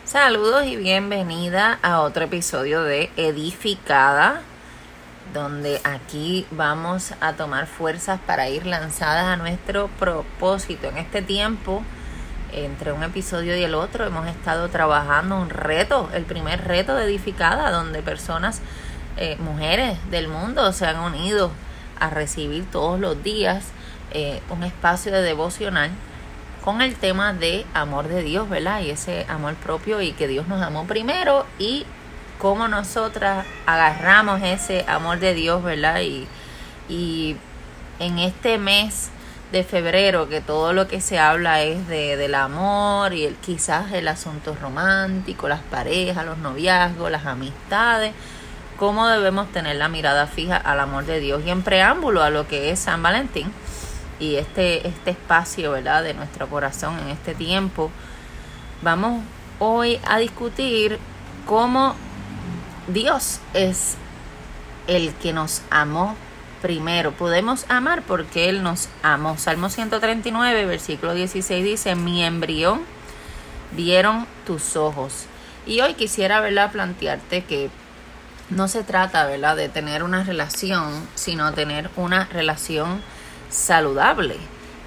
Saludos y bienvenida a otro episodio de Edificada, donde aquí vamos a tomar fuerzas para ir lanzadas a nuestro propósito. En este tiempo, entre un episodio y el otro, hemos estado trabajando un reto, el primer reto de Edificada, donde personas, mujeres del mundo se han unido a recibir todos los días un espacio de devocional con el tema de amor de Dios, ¿verdad? Y ese amor propio y que Dios nos amó primero y cómo nosotras agarramos ese amor de Dios, ¿verdad? Y en este mes de febrero, que todo lo que se habla es del amor y quizás el asunto romántico, las parejas, los noviazgos, las amistades, cómo debemos tener la mirada fija al amor de Dios. Y en preámbulo a lo que es San Valentín, y este espacio, ¿verdad?, de nuestro corazón en este tiempo, vamos hoy a discutir cómo Dios es el que nos amó primero. Podemos amar porque Él nos amó. Salmo 139, versículo 16 dice: mi embrión vieron tus ojos. Y hoy quisiera, ¿verdad?, plantearte que no se trata, ¿verdad?, de tener una relación, sino tener una relación saludable.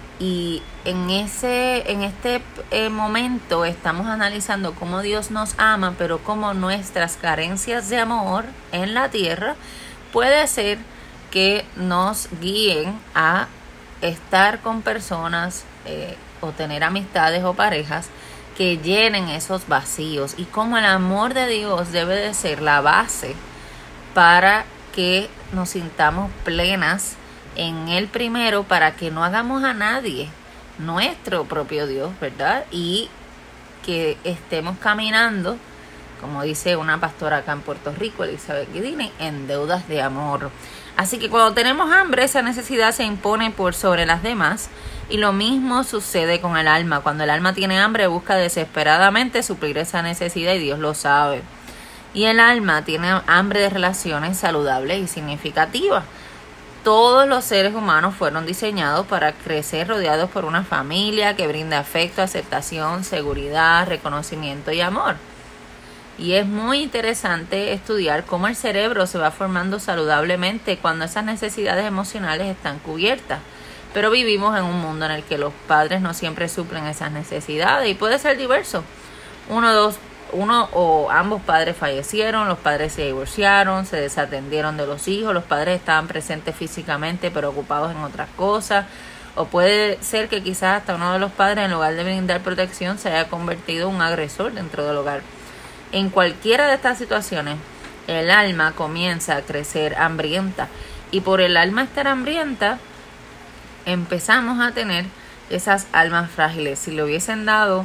Y en este momento estamos analizando cómo Dios nos ama, pero cómo nuestras carencias de amor en la tierra puede ser que nos guíen a estar con personas o tener amistades o parejas que llenen esos vacíos, y cómo el amor de Dios debe de ser la base para que nos sintamos plenas en Él primero, para que no hagamos a nadie nuestro propio Dios, ¿verdad? Y que estemos caminando, como dice una pastora acá en Puerto Rico, Elizabeth Guidini, en deudas de amor. Así que cuando tenemos hambre, esa necesidad se impone por sobre las demás, y lo mismo sucede con el alma. Cuando el alma tiene hambre, busca desesperadamente suplir esa necesidad, y Dios lo sabe. Y el alma tiene hambre de relaciones saludables y significativas. Todos los seres humanos fueron diseñados para crecer rodeados por una familia que brinda afecto, aceptación, seguridad, reconocimiento y amor. Y es muy interesante estudiar cómo el cerebro se va formando saludablemente cuando esas necesidades emocionales están cubiertas. Pero vivimos en un mundo en el que los padres no siempre suplen esas necesidades, y puede ser diverso. Uno o ambos padres fallecieron, los padres se divorciaron, se desatendieron de los hijos, los padres estaban presentes físicamente pero ocupados en otras cosas, o puede ser que quizás hasta uno de los padres, en lugar de brindar protección, se haya convertido en un agresor dentro del hogar. En cualquiera de estas situaciones, el alma comienza a crecer hambrienta, y por el alma estar hambrienta, empezamos a tener esas almas frágiles. Si le hubiesen dado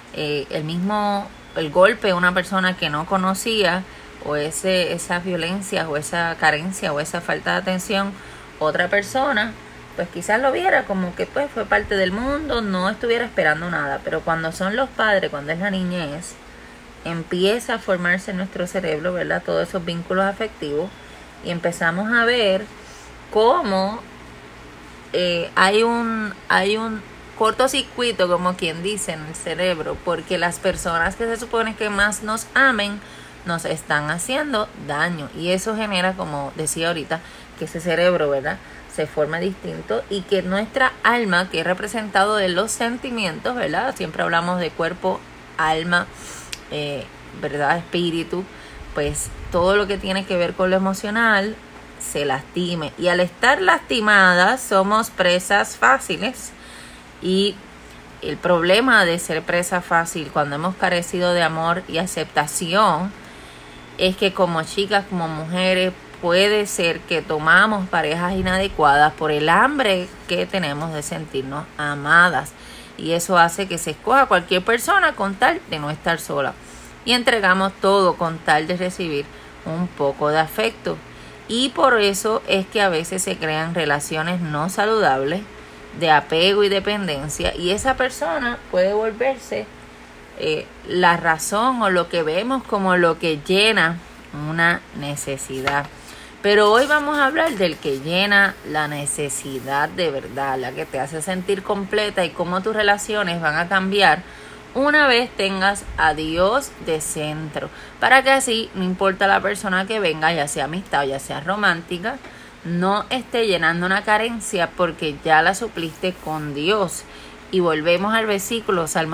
el golpe a una persona que no conocía, o esas violencias o esa carencia o esa falta de atención, otra persona, pues quizás lo viera como que pues fue parte del mundo, no estuviera esperando nada. Pero cuando son los padres, cuando es la niñez, empieza a formarse en nuestro cerebro, ¿verdad?, todos esos vínculos afectivos, y empezamos a ver cómo hay un cortocircuito, como quien dice, en el cerebro, porque las personas que se supone que más nos amen nos están haciendo daño, y eso genera, como decía ahorita, que ese cerebro, ¿verdad?, se forma distinto, y que nuestra alma, que es representado de los sentimientos, ¿verdad?, siempre hablamos de cuerpo, alma, ¿verdad?, espíritu, pues todo lo que tiene que ver con lo emocional se lastime, y al estar lastimadas somos presas fáciles. Y el problema de ser presa fácil cuando hemos carecido de amor y aceptación es que como chicas, como mujeres, puede ser que tomamos parejas inadecuadas por el hambre que tenemos de sentirnos amadas, y eso hace que se escoja cualquier persona con tal de no estar sola, y entregamos todo con tal de recibir un poco de afecto. Y por eso es que a veces se crean relaciones no saludables de apego y dependencia, y esa persona puede volverse la razón o lo que vemos como lo que llena una necesidad. Pero hoy vamos a hablar del que llena la necesidad de verdad, la que te hace sentir completa, y cómo tus relaciones van a cambiar una vez tengas a Dios de centro, para que así, no importa la persona que venga, ya sea amistad o ya sea romántica, no esté llenando una carencia porque ya la supliste con Dios. Y volvemos al versículo, Salmo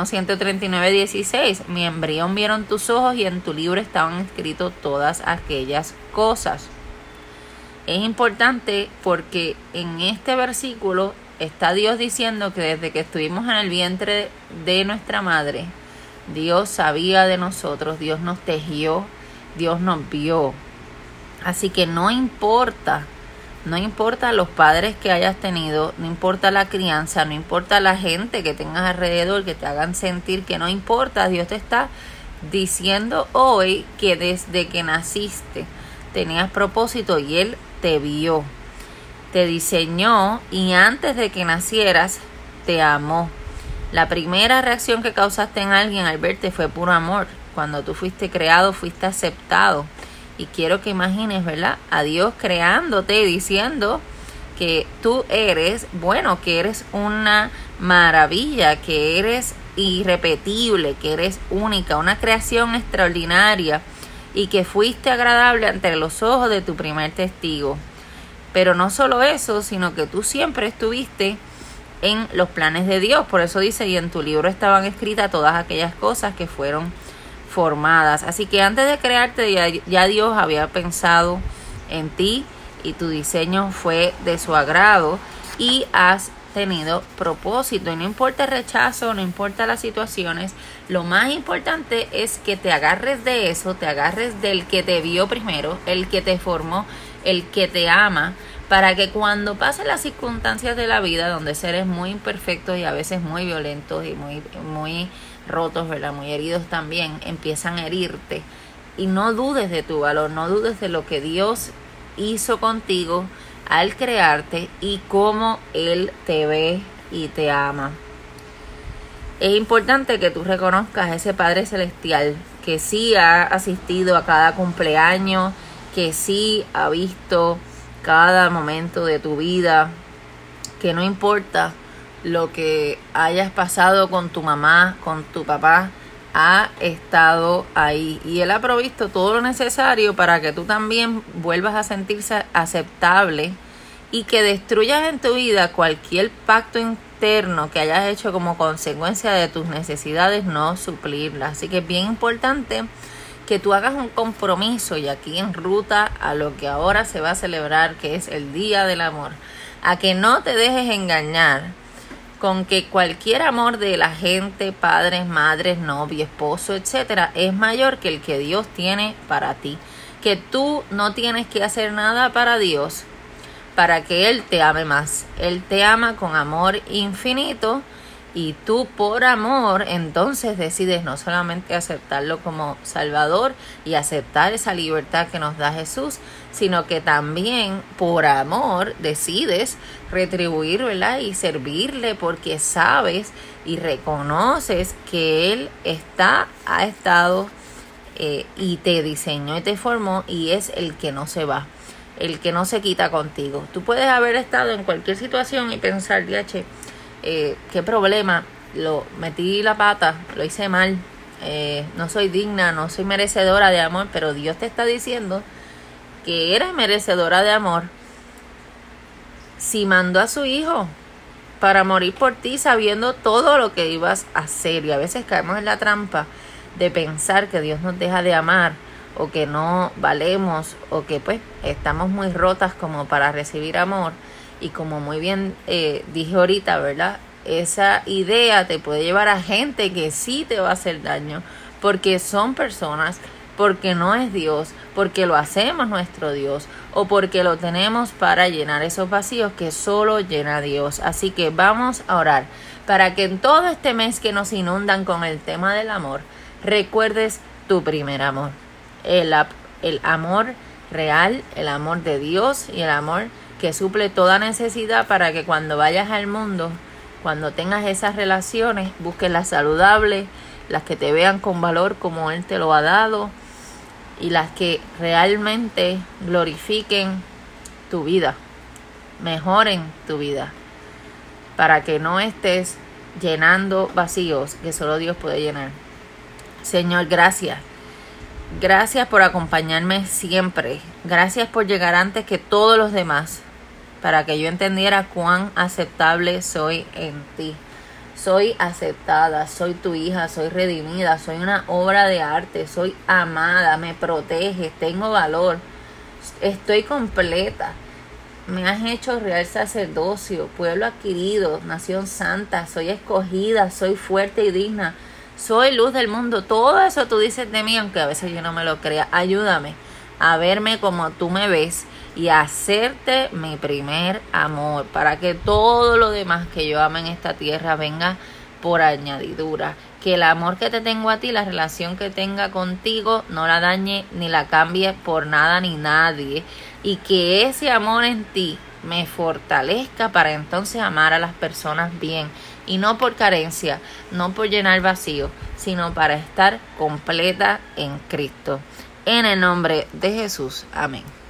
139:16. Mi embrión vieron tus ojos y en tu libro estaban escritas todas aquellas cosas. Es importante porque en este versículo está Dios diciendo que desde que estuvimos en el vientre de nuestra madre, Dios sabía de nosotros, Dios nos tejió, Dios nos vio. Así que no importa los padres que hayas tenido, no importa la crianza, no importa la gente que tengas alrededor que te hagan sentir que no importa, Dios te está diciendo hoy que desde que naciste tenías propósito y Él te vio, te diseñó y antes de que nacieras te amó. La primera reacción que causaste en alguien al verte fue puro amor. Cuando tú fuiste creado, fuiste aceptado. Y quiero que imagines, ¿verdad? A Dios creándote, diciendo que tú eres, bueno, que eres una maravilla, que eres irrepetible, que eres única, una creación extraordinaria y que fuiste agradable ante los ojos de tu primer testigo. Pero no solo eso, sino que tú siempre estuviste en los planes de Dios. Por eso dice, y en tu libro estaban escritas todas aquellas cosas que fueron formadas. Así que antes de crearte ya Dios había pensado en ti y tu diseño fue de su agrado y has tenido propósito. Y no importa el rechazo, no importa las situaciones, lo más importante es que te agarres de eso, te agarres del que te vio primero, el que te formó, el que te ama, para que cuando pasen las circunstancias de la vida, donde seres muy imperfectos y a veces muy violentos y muy rotos, ¿verdad? Muy heridos también, empiezan a herirte. Y no dudes de tu valor, no dudes de lo que Dios hizo contigo al crearte y cómo Él te ve y te ama. Es importante que tú reconozcas a ese Padre Celestial que sí ha asistido a cada cumpleaños, que sí ha visto cada momento de tu vida, que no importa lo que hayas pasado con tu mamá, con tu papá, ha estado ahí y Él ha provisto todo lo necesario para que tú también vuelvas a sentirse aceptable y que destruyas en tu vida cualquier pacto interno que hayas hecho como consecuencia de tus necesidades no suplirlas. Así que es bien importante que tú hagas un compromiso y aquí en ruta a lo que ahora se va a celebrar, que es el Día del Amor, a que no te dejes engañar con que cualquier amor de la gente, padres, madres, novio, esposo, etcétera, es mayor que el que Dios tiene para ti. Que tú no tienes que hacer nada para Dios para que Él te ame más. Él te ama con amor infinito y tú por amor entonces decides no solamente aceptarlo como Salvador y aceptar esa libertad que nos da Jesús, sino que también por amor decides retribuir, ¿verdad? Y servirle porque sabes y reconoces que Él ha estado y te diseñó y te formó y es el que no se va, el que no se quita contigo. Tú puedes haber estado en cualquier situación y pensar, diache, qué problema, metí la pata, lo hice mal, no soy digna, no soy merecedora de amor, pero Dios te está diciendo que eres merecedora de amor si mandó a su hijo para morir por ti sabiendo todo lo que ibas a hacer. Y a veces caemos en la trampa de pensar que Dios nos deja de amar o que no valemos o que pues estamos muy rotas como para recibir amor. Y como muy bien dije ahorita, ¿verdad? Esa idea te puede llevar a gente que sí te va a hacer daño porque son personas, porque no es Dios, porque lo hacemos nuestro Dios o porque lo tenemos para llenar esos vacíos que solo llena Dios. Así que vamos a orar para que en todo este mes que nos inundan con el tema del amor, recuerdes tu primer amor, el amor real, el amor de Dios y el amor que suple toda necesidad para que cuando vayas al mundo, cuando tengas esas relaciones, busques las saludables, las que te vean con valor como Él te lo ha dado y las que realmente glorifiquen tu vida, mejoren tu vida, para que no estés llenando vacíos que solo Dios puede llenar. Señor, gracias. Gracias por acompañarme siempre. Gracias por llegar antes que todos los demás, para que yo entendiera cuán aceptable soy en ti. Soy aceptada, soy tu hija, soy redimida, soy una obra de arte, soy amada, me proteges, tengo valor, estoy completa. Me has hecho real sacerdocio, pueblo adquirido, nación santa, soy escogida, soy fuerte y digna, soy luz del mundo. Todo eso tú dices de mí, aunque a veces yo no me lo crea. Ayúdame a verme como tú me ves y a hacerte mi primer amor, para que todo lo demás que yo ame en esta tierra venga por añadidura. Que el amor que te tengo a ti, la relación que tenga contigo, no la dañe ni la cambie por nada ni nadie. Y que ese amor en ti me fortalezca para entonces amar a las personas bien. Y no por carencia, no por llenar vacío, sino para estar completa en Cristo. En el nombre de Jesús. Amén.